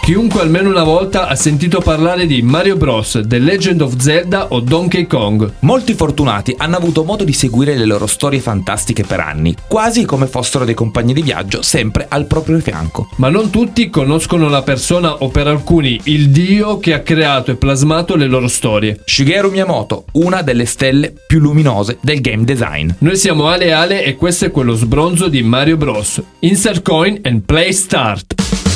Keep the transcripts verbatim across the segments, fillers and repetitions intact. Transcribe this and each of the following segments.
chiunque almeno una volta ha sentito parlare di Mario Bros, The Legend of Zelda o Donkey Kong. Molti fortunati hanno avuto modo di seguire le loro storie fantastiche per anni, quasi come fossero dei compagni di viaggio sempre al proprio fianco. Ma non tutti conoscono la persona o per alcuni il dio che ha creato e plasmato le loro storie. Shigeru Miyamoto, una delle stelle più luminose del game design. Noi siamo Ale Ale e questo è quello sbronzo di Mario Bros. Insert coin and play start.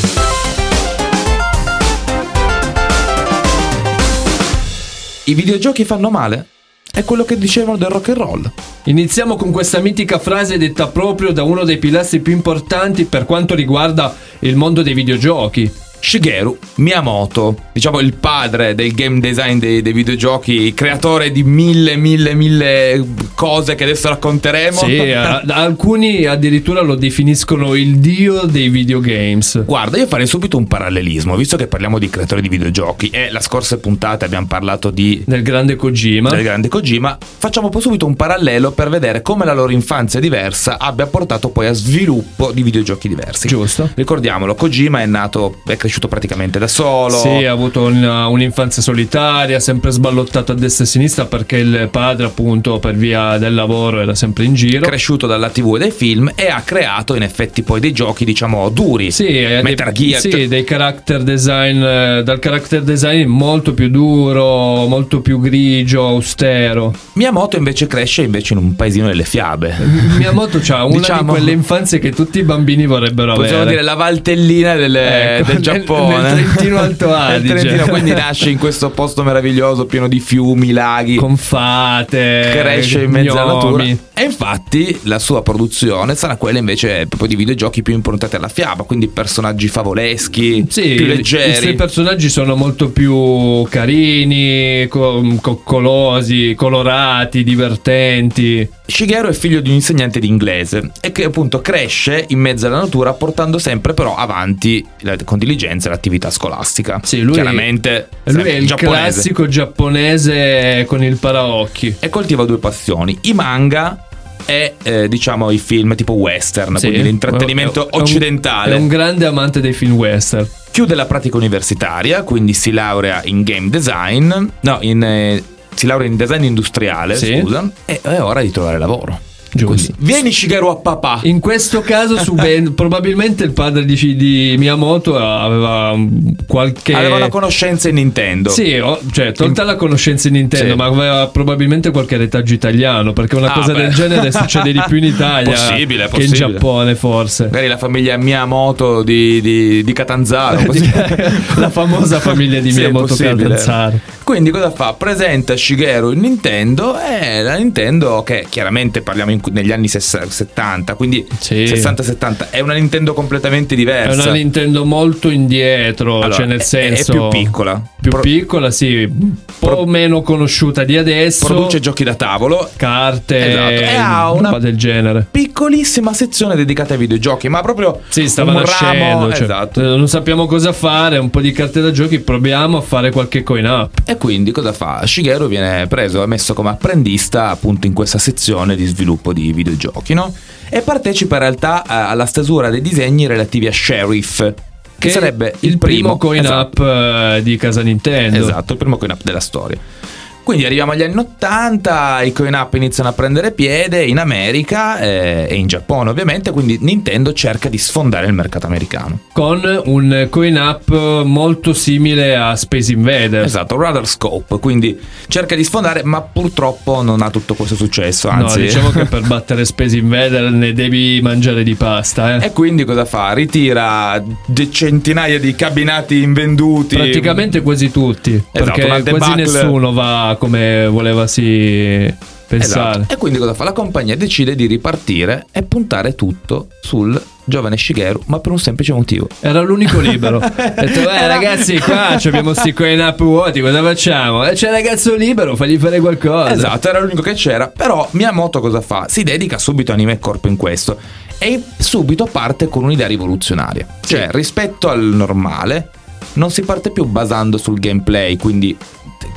I videogiochi fanno male? È quello che dicevano del rock and roll. Iniziamo con questa mitica frase detta proprio da uno dei pilastri più importanti per quanto riguarda il mondo dei videogiochi. Shigeru Miyamoto, diciamo il padre del game design dei, dei videogiochi, creatore di mille, mille, mille cose che adesso racconteremo. Sì, a, alcuni addirittura lo definiscono il dio dei videogames. Guarda, io farei subito un parallelismo, visto che parliamo di creatori di videogiochi e la scorsa puntata abbiamo parlato di del grande Kojima. Del grande Kojima, facciamo poi subito un parallelo per vedere come la loro infanzia diversa abbia portato poi a sviluppo di videogiochi diversi. Giusto. Ricordiamolo, Kojima è nato, è cresciuto praticamente da solo. Sì, ha avuto una, un'infanzia solitaria, sempre sballottato a destra e a sinistra perché il padre, appunto, per via del lavoro era sempre in giro. Cresciuto dalla tivù e dai film e ha creato in effetti poi dei giochi, diciamo, duri. Sì, Metal dei, Gear. Sì, dei character design, dal character design molto più duro, molto più grigio, austero. Miyamoto invece cresce invece in un paesino delle fiabe. Miyamoto c'ha una diciamo, di quelle infanzie che tutti i bambini vorrebbero possiamo avere. dire la Valtellina delle, ecco, del Giappone. Nel Trentino Alto Adige. Nel Trentino, quindi nasce in questo posto meraviglioso pieno di fiumi, laghi, con fate, cresce in mezzo alla natura. gnomi. E infatti la sua produzione sarà quella invece proprio di videogiochi più improntati alla fiaba, quindi personaggi favoleschi, sì, più leggeri. I suoi personaggi sono molto più carini, co- coccolosi, colorati, divertenti. Shigeru è figlio di un insegnante di inglese e che appunto cresce in mezzo alla natura portando sempre però avanti con diligenza l'attività scolastica. Sì, lui chiaramente è, lui è il giapponese. classico giapponese con il paraocchi. E coltiva due passioni, i manga e eh, diciamo i film tipo western, sì, quindi l'intrattenimento è un, occidentale. È un grande amante dei film western. Chiude la pratica universitaria, quindi si laurea in game design, no, in... Eh, si laurea in design industriale, sì. scusa, e è ora di trovare lavoro. Giusto. Quindi, vieni Shigeru a papà. In questo caso sub- probabilmente il padre di, di Miyamoto aveva qualche aveva una conoscenza in Nintendo. Sì, o, cioè tolta la conoscenza in Nintendo, sì. ma aveva probabilmente qualche retaggio italiano, perché una ah, cosa beh. del genere succede di più in Italia possibile, che possibile. in Giappone forse. Magari la famiglia Miyamoto di, di, di Catanzaro così. La famosa famiglia di Miyamoto sì, Catanzaro. Quindi cosa fa? Presenta Shigeru in Nintendo e la Nintendo, che chiaramente parliamo in negli anni settanta, quindi sì. sessanta settanta, è una Nintendo completamente diversa. È una Nintendo molto indietro, allora, cioè nel è, senso è più piccola. Più Pro- piccola, sì, un po' Pro- meno conosciuta di adesso. Produce giochi da tavolo, carte, esatto. E ha una del genere. Piccolissima sezione dedicata ai videogiochi, ma proprio sì, stava un nascendo, ramo, cioè, esatto. Non sappiamo cosa fare, un po' di carte da giochi, proviamo a fare qualche coin up. E quindi cosa fa? Shigeru viene preso e messo come apprendista appunto in questa sezione di sviluppo di videogiochi, no? E partecipa in realtà alla stesura dei disegni relativi a Sheriff, che, che sarebbe il, il primo, primo coin esatto. up di casa Nintendo. Esatto, il primo coin up della storia. Quindi arriviamo agli anni ottanta, i coin up iniziano a prendere piede in America eh, e in Giappone ovviamente, quindi Nintendo cerca di sfondare il mercato americano. Con un coin up molto simile a Space Invaders. Esatto, Radar Scope, quindi cerca di sfondare ma purtroppo non ha tutto questo successo, anzi... No, diciamo che per battere Space Invaders ne devi mangiare di pasta, eh. E quindi cosa fa? Ritira centinaia di cabinati invenduti. Praticamente quasi tutti, esatto, perché quasi nessuno va come voleva si pensare. Esatto. E quindi cosa fa? La compagnia decide di ripartire e puntare tutto sul giovane Shigeru, ma per un semplice motivo: era l'unico libero. Ha detto, eh ragazzi, qua abbiamo sti coin up vuoti, cosa facciamo? E c'è il ragazzo libero, fagli fare qualcosa. Esatto, era l'unico che c'era. Però Miyamoto cosa fa? Si dedica subito anima e corpo in questo e subito parte con un'idea rivoluzionaria. Sì. Cioè, rispetto al normale non si parte più basando sul gameplay, quindi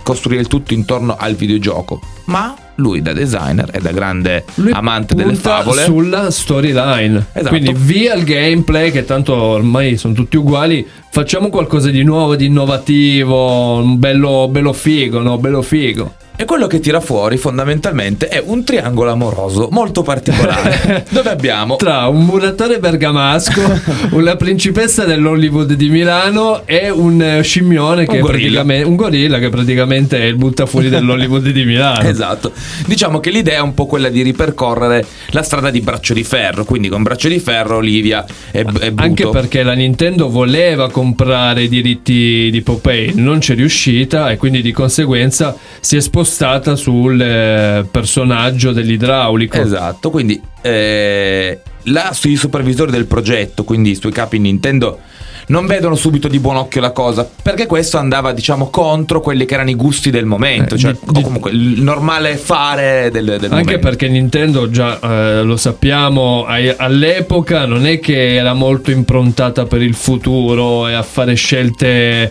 costruire il tutto intorno al videogioco, ma lui da designer e da grande lui amante delle favole sulla storyline, esatto. Quindi via il gameplay, che tanto ormai sono tutti uguali, facciamo qualcosa di nuovo, di innovativo, bello, bello figo, no? Bello figo. E quello che tira fuori fondamentalmente è un triangolo amoroso molto particolare dove abbiamo tra un muratore bergamasco, una principessa dell'Hollywood di Milano e un scimmione che un è gorilla. praticamente un gorilla che praticamente è il buttafuori dell'Hollywood di Milano. Esatto. Diciamo che l'idea è un po' quella di ripercorrere la strada di Braccio di Ferro, quindi con Braccio di Ferro Olivia e, e Buto. Anche perché la Nintendo voleva comprare i diritti di Popeye, non c'è riuscita e quindi di conseguenza si è spostata stata sul eh, personaggio dell'idraulico. Esatto, quindi eh, là sui supervisori del progetto, quindi i suoi capi Nintendo, non vedono subito di buon occhio la cosa, perché questo andava, diciamo, contro quelli che erano i gusti del momento, eh, cioè di, o di, comunque il normale fare del, del anche momento. Perché Nintendo, già eh, lo sappiamo, ai, all'epoca non è che era molto improntata per il futuro e a fare scelte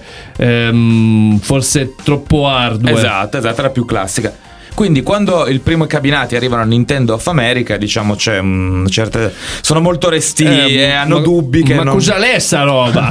ehm, forse troppo hardware. Esatto, esatto, era più classica. Quindi quando i primi cabinati arrivano a Nintendo of America, diciamo c'è un certe sono molto restii eh, e hanno ma, dubbi che ma non... cosa l'è sta roba?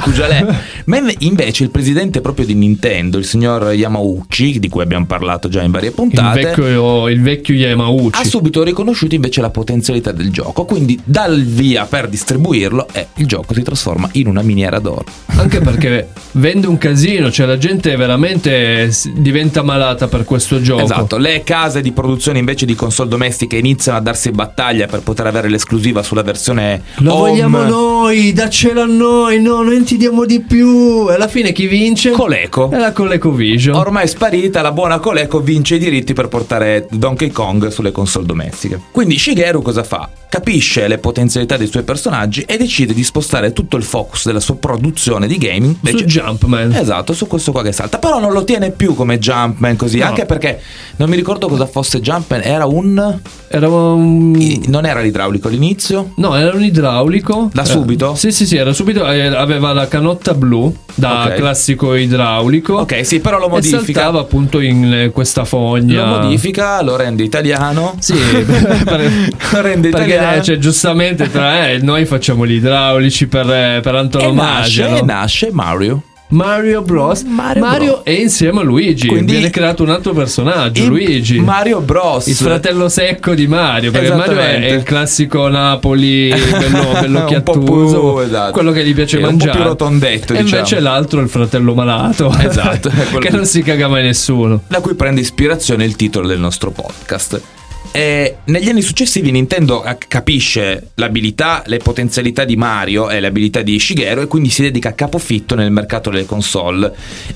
Ma invece il presidente proprio di Nintendo, il signor Yamauchi, di cui abbiamo parlato già in varie puntate, il vecchio, il vecchio Yamauchi, ha subito riconosciuto invece la potenzialità del gioco, quindi dal via per distribuirlo e il gioco si trasforma in una miniera d'oro. Anche perché vende un casino, cioè la gente veramente diventa malata per questo gioco. Esatto, le case di produzione invece di console domestiche iniziano a darsi battaglia per poter avere l'esclusiva sulla versione lo home. Vogliamo noi, daccelo a noi, no, noi ti diamo di più. E alla fine chi vince? Coleco. È la ColecoVision. Ormai sparita, la buona Coleco vince i diritti per portare Donkey Kong sulle console domestiche. Quindi Shigeru cosa fa? Capisce le potenzialità dei suoi personaggi e decide di spostare tutto il focus della sua produzione di gaming su invece, Jumpman. Esatto, su questo qua che salta. Però non lo tiene più come Jumpman così, No. Anche perché non mi ricordo cosa fosse Jumpman. Era un... Era un... Non era l'idraulico all'inizio? No, era un idraulico. Da eh, subito? Sì, sì, sì, era subito. eh, Aveva la canotta blu da Ok. classico idraulico. Ok, sì, però lo E modifica. saltava appunto in eh, questa fogna. Lo modifica, lo rende italiano. Sì, per- Lo rende perché italiano. eh, cioè, giustamente tra eh, noi facciamo gli idraulici per, eh, per E antonomasia, nasce, no? e nasce Mario. Mario Bros. Mario è insieme a Luigi. Quindi viene creato un altro personaggio, il Luigi. Mario Bros. Il fratello secco di Mario, perché Mario è, Esattamente. è il classico Napoli bello, bello Un po' chiattuso, più, esatto. quello che gli piace È un po' mangiare. più rotondetto, e diciamo. invece l'altro è il fratello malato. Esatto, è quello che lì. non si caga mai nessuno. Da cui prende ispirazione il titolo del nostro podcast. E negli anni successivi Nintendo capisce l'abilità, le potenzialità di Mario e le abilità di Shigeru e quindi si dedica a capofitto nel mercato delle console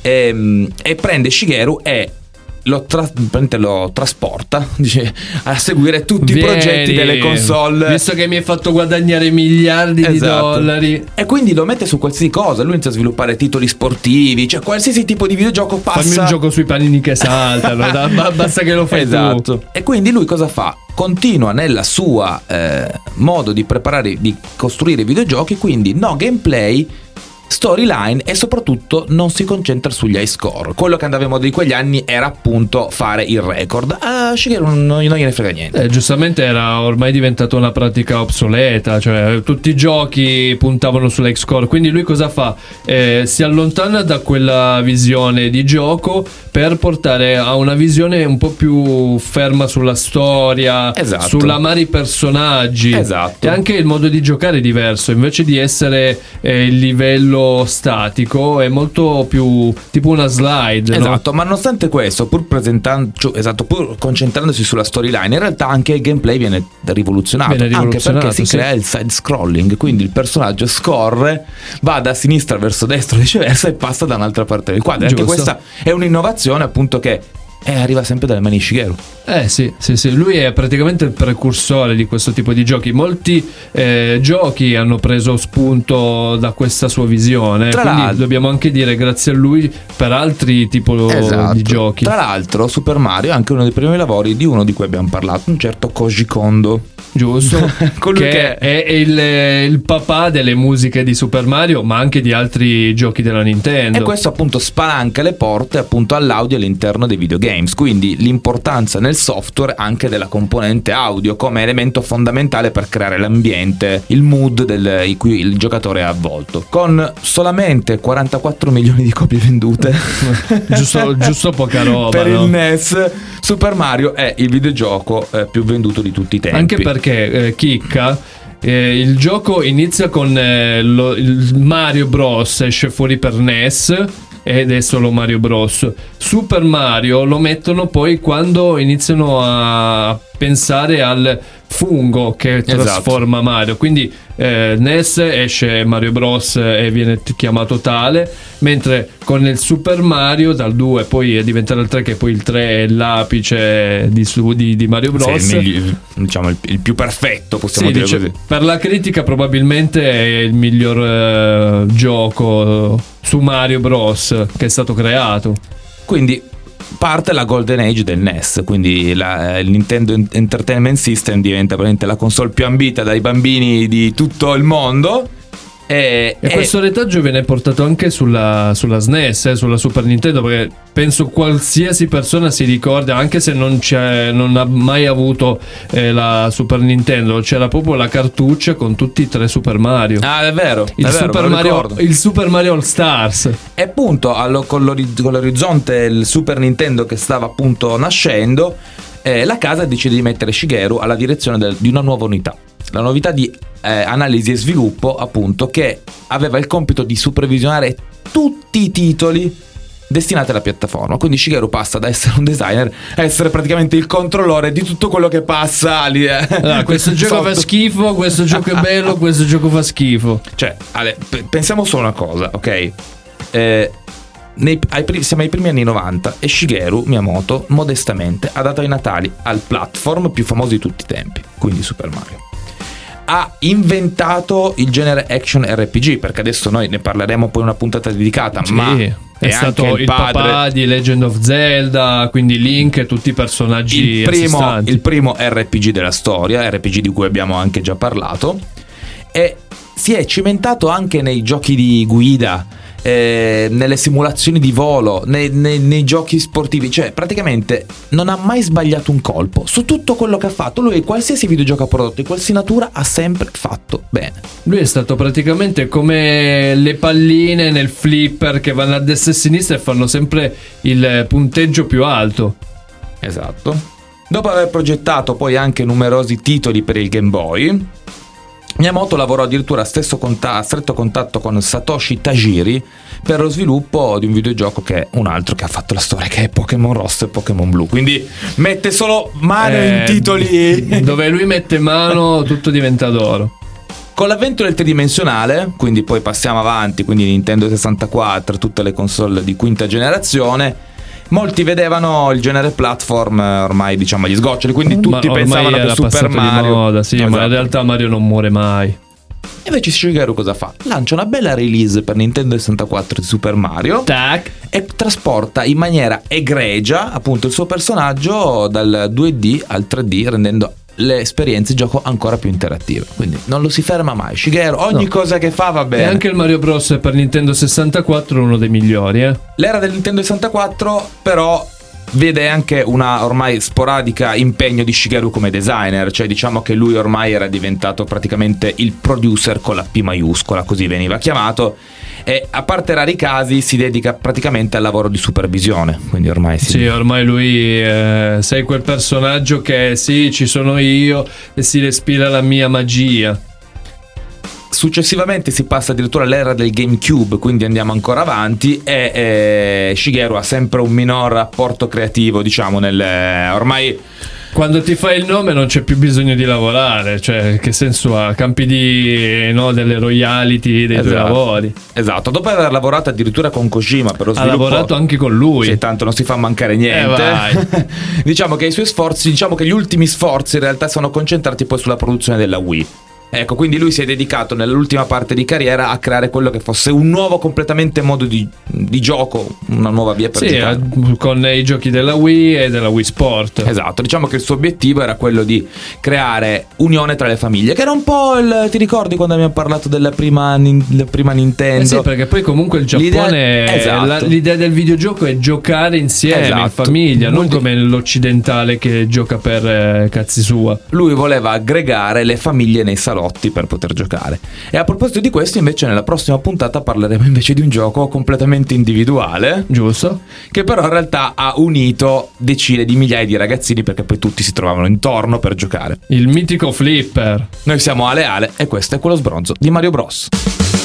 e, e prende Shigeru e lo, tra- lo trasporta, dice, a seguire tutti Vieni, i progetti delle console. Visto che mi hai fatto guadagnare miliardi di Esatto. dollari. E quindi lo mette su qualsiasi cosa. Lui inizia a sviluppare titoli sportivi, cioè qualsiasi tipo di videogioco passa. Fammi un gioco sui panini che saltano, da- ba- basta che lo fai Esatto. tu. E quindi lui cosa fa? Continua nella sua eh, modo di preparare, di costruire i videogiochi, quindi no gameplay, storyline e soprattutto non si concentra sugli high score. Quello che andava in moda di quegli anni era appunto fare il record. A Shigeru non, non gliene frega niente. Eh, giustamente era ormai diventata una pratica obsoleta, cioè tutti i giochi puntavano sull'high score, quindi lui cosa fa? Eh, si allontana da quella visione di gioco per portare a una visione un po' più ferma sulla storia, Esatto. sull'amare i personaggi. Esatto. E anche il modo di giocare è diverso, invece di essere eh, il livello statico è molto più tipo una slide, no? Esatto, ma nonostante questo, pur presentando, cioè, esatto, pur concentrandosi sulla storyline, in realtà anche il gameplay viene rivoluzionato, Viene rivoluzionato, anche perché si sì. crea il side scrolling, quindi il personaggio scorre, va da sinistra verso destra, viceversa e passa da un'altra parte del quadro. Anche Giusto. questa è un'innovazione appunto che e arriva sempre dalle mani di Shigeru. Eh sì, sì, sì, lui è praticamente il precursore di questo tipo di giochi. Molti eh, giochi hanno preso spunto da questa sua visione. Tra quindi l'altro, dobbiamo anche dire grazie a lui per altri tipi esatto, di giochi. Tra l'altro Super Mario è anche uno dei primi lavori di uno di cui abbiamo parlato, un certo Koji Kondo. Giusto, Colui che, che è il, il papà delle musiche di Super Mario, ma anche di altri giochi della Nintendo. E questo appunto spalanca le porte appunto all'audio all'interno dei videogames, quindi l'importanza nel software anche della componente audio come elemento fondamentale per creare l'ambiente, il mood del, in cui il giocatore è avvolto. Con solamente quarantaquattro milioni di copie vendute giusto, giusto poca roba per no? il N E S, Super Mario è il videogioco eh, più venduto di tutti i tempi. Anche perché eh, chicca eh, il gioco inizia con eh, lo, il Mario Bros, esce fuori per N E S ed è solo Mario Bros. Super Mario lo mettono poi quando iniziano a pensare al fungo che trasforma esatto. Mario, quindi eh, N E S esce Mario Bros e viene chiamato tale, mentre con il Super Mario dal due poi è diventato il tre, che poi il tre è l'apice di, di, di Mario Bros, sì, il, miglior, diciamo il, il più perfetto, possiamo sì, dire dice, così. Per la critica probabilmente è il miglior eh, gioco su Mario Bros che è stato creato. Quindi parte la Golden Age del N E S, quindi la, il Nintendo Entertainment System diventa praticamente la console più ambita dai bambini di tutto il mondo. E, e, e questo retaggio viene portato anche sulla, sulla S N E S, eh, sulla Super Nintendo, perché penso qualsiasi persona si ricorda, anche se non, c'è, non ha mai avuto eh, la Super Nintendo, c'era proprio la cartuccia con tutti e tre Super Mario. Ah, è vero, il, è vero, Super, Mario, il Super Mario All Stars. E appunto allo, con, l'oriz- con l'orizzonte il Super Nintendo che stava appunto nascendo, eh, la casa decide di mettere Shigeru alla direzione del, di una nuova unità. La novità di eh, analisi e sviluppo, appunto, che aveva il compito di supervisionare tutti i titoli destinati alla piattaforma. Quindi Shigeru passa da essere un designer a essere praticamente il controllore di tutto quello che passa lì. Eh. Allora, questo gioco Sotto. fa schifo, questo gioco è bello, questo gioco fa schifo. Cioè, ale, p- pensiamo solo una cosa, ok? Eh, nei, ai, siamo ai primi anni novanta e Shigeru Miyamoto modestamente ha dato i natali al platform più famoso di tutti i tempi, quindi Super Mario. Ha inventato il genere action R P G, perché adesso noi ne parleremo poi in una puntata dedicata, sì, ma è, è stato il, il padre... papà di Legend of Zelda, quindi Link e tutti i personaggi il primo, il primo R P G della storia, R P G di cui abbiamo anche già parlato, e si è cimentato anche nei giochi di guida, eh, nelle simulazioni di volo, nei, nei, nei giochi sportivi, cioè praticamente non ha mai sbagliato un colpo su tutto quello che ha fatto. Lui qualsiasi videogioco ha prodotto, in qualsiasi natura, ha sempre fatto bene. Lui è stato praticamente come le palline nel flipper che vanno a destra e a sinistra e fanno sempre il punteggio più alto. Esatto. Dopo aver progettato poi anche numerosi titoli per il Game Boy, Miyamoto lavorò addirittura a, stesso conta- a stretto contatto con Satoshi Tajiri per lo sviluppo di un videogioco che è un altro che ha fatto la storia, che è Pokémon Rosso e Pokémon Blu. Quindi mette solo mano eh, in titoli. Dove lui mette mano tutto diventa d'oro. Con l'avvento del tridimensionale, quindi poi passiamo avanti, quindi Nintendo sessantaquattro, tutte le console di quinta generazione, molti vedevano il genere platform ormai, diciamo, agli sgoccioli, quindi tutti pensavano che Super Mario, moda, sì, esatto. Ma in realtà Mario non muore mai. E invece Shigeru cosa fa? Lancia una bella release per Nintendo sessantaquattro di Super Mario, Tac. e trasporta in maniera egregia appunto il suo personaggio dal due D al tre D, rendendo le esperienze di gioco ancora più interattive. Quindi non lo si ferma mai Shigeru, ogni no. cosa che fa va bene. E anche il Mario Bros per Nintendo sessantaquattro è uno dei migliori, eh? L'era del Nintendo sessantaquattro però vede anche una ormai sporadica impegno di Shigeru come designer, cioè diciamo che lui ormai era diventato praticamente il producer con la P maiuscola, così veniva chiamato, e a parte rari casi si dedica praticamente al lavoro di supervisione, quindi ormai si... Sì, ormai lui eh, sei quel personaggio che sì, ci sono io e si respira la mia magia. Successivamente si passa addirittura all'era del GameCube, quindi andiamo ancora avanti, e, e Shigeru ha sempre un minor apporto creativo, diciamo, nel ormai quando ti fai il nome non c'è più bisogno di lavorare, cioè che senso ha? Campi di, no, delle royalty dei esatto. tuoi lavori. Esatto, dopo aver lavorato addirittura con Kojima per lo Ha sviluppo, lavorato anche con lui. sì, tanto non si fa mancare niente. Eh, Diciamo che i suoi sforzi, diciamo che gli ultimi sforzi in realtà sono concentrati poi sulla produzione della Wii. Ecco, quindi lui si è dedicato nell'ultima parte di carriera a creare quello che fosse un nuovo completamente modo di, di gioco, una nuova via per sì, giocare. con i giochi della Wii e della Wii Sport. Esatto, diciamo che il suo obiettivo era quello di creare unione tra le famiglie, che era un po' il, ti ricordi quando abbiamo parlato della prima, la prima Nintendo? Eh sì, perché poi comunque il Giappone, l'idea, esatto. la, l'idea del videogioco è giocare insieme, esatto. in famiglia, non Molti... come l'occidentale che gioca per eh, cazzi sua. Lui voleva aggregare le famiglie nei salotti per poter giocare. E a proposito di questo, invece, nella prossima puntata parleremo invece di un gioco completamente individuale, giusto? Che però in realtà ha unito decine di migliaia di ragazzini, perché poi tutti si trovavano intorno per giocare. Il mitico Flipper. Noi siamo Ale Ale e questo è Quello Sbronzo di Mario Bros.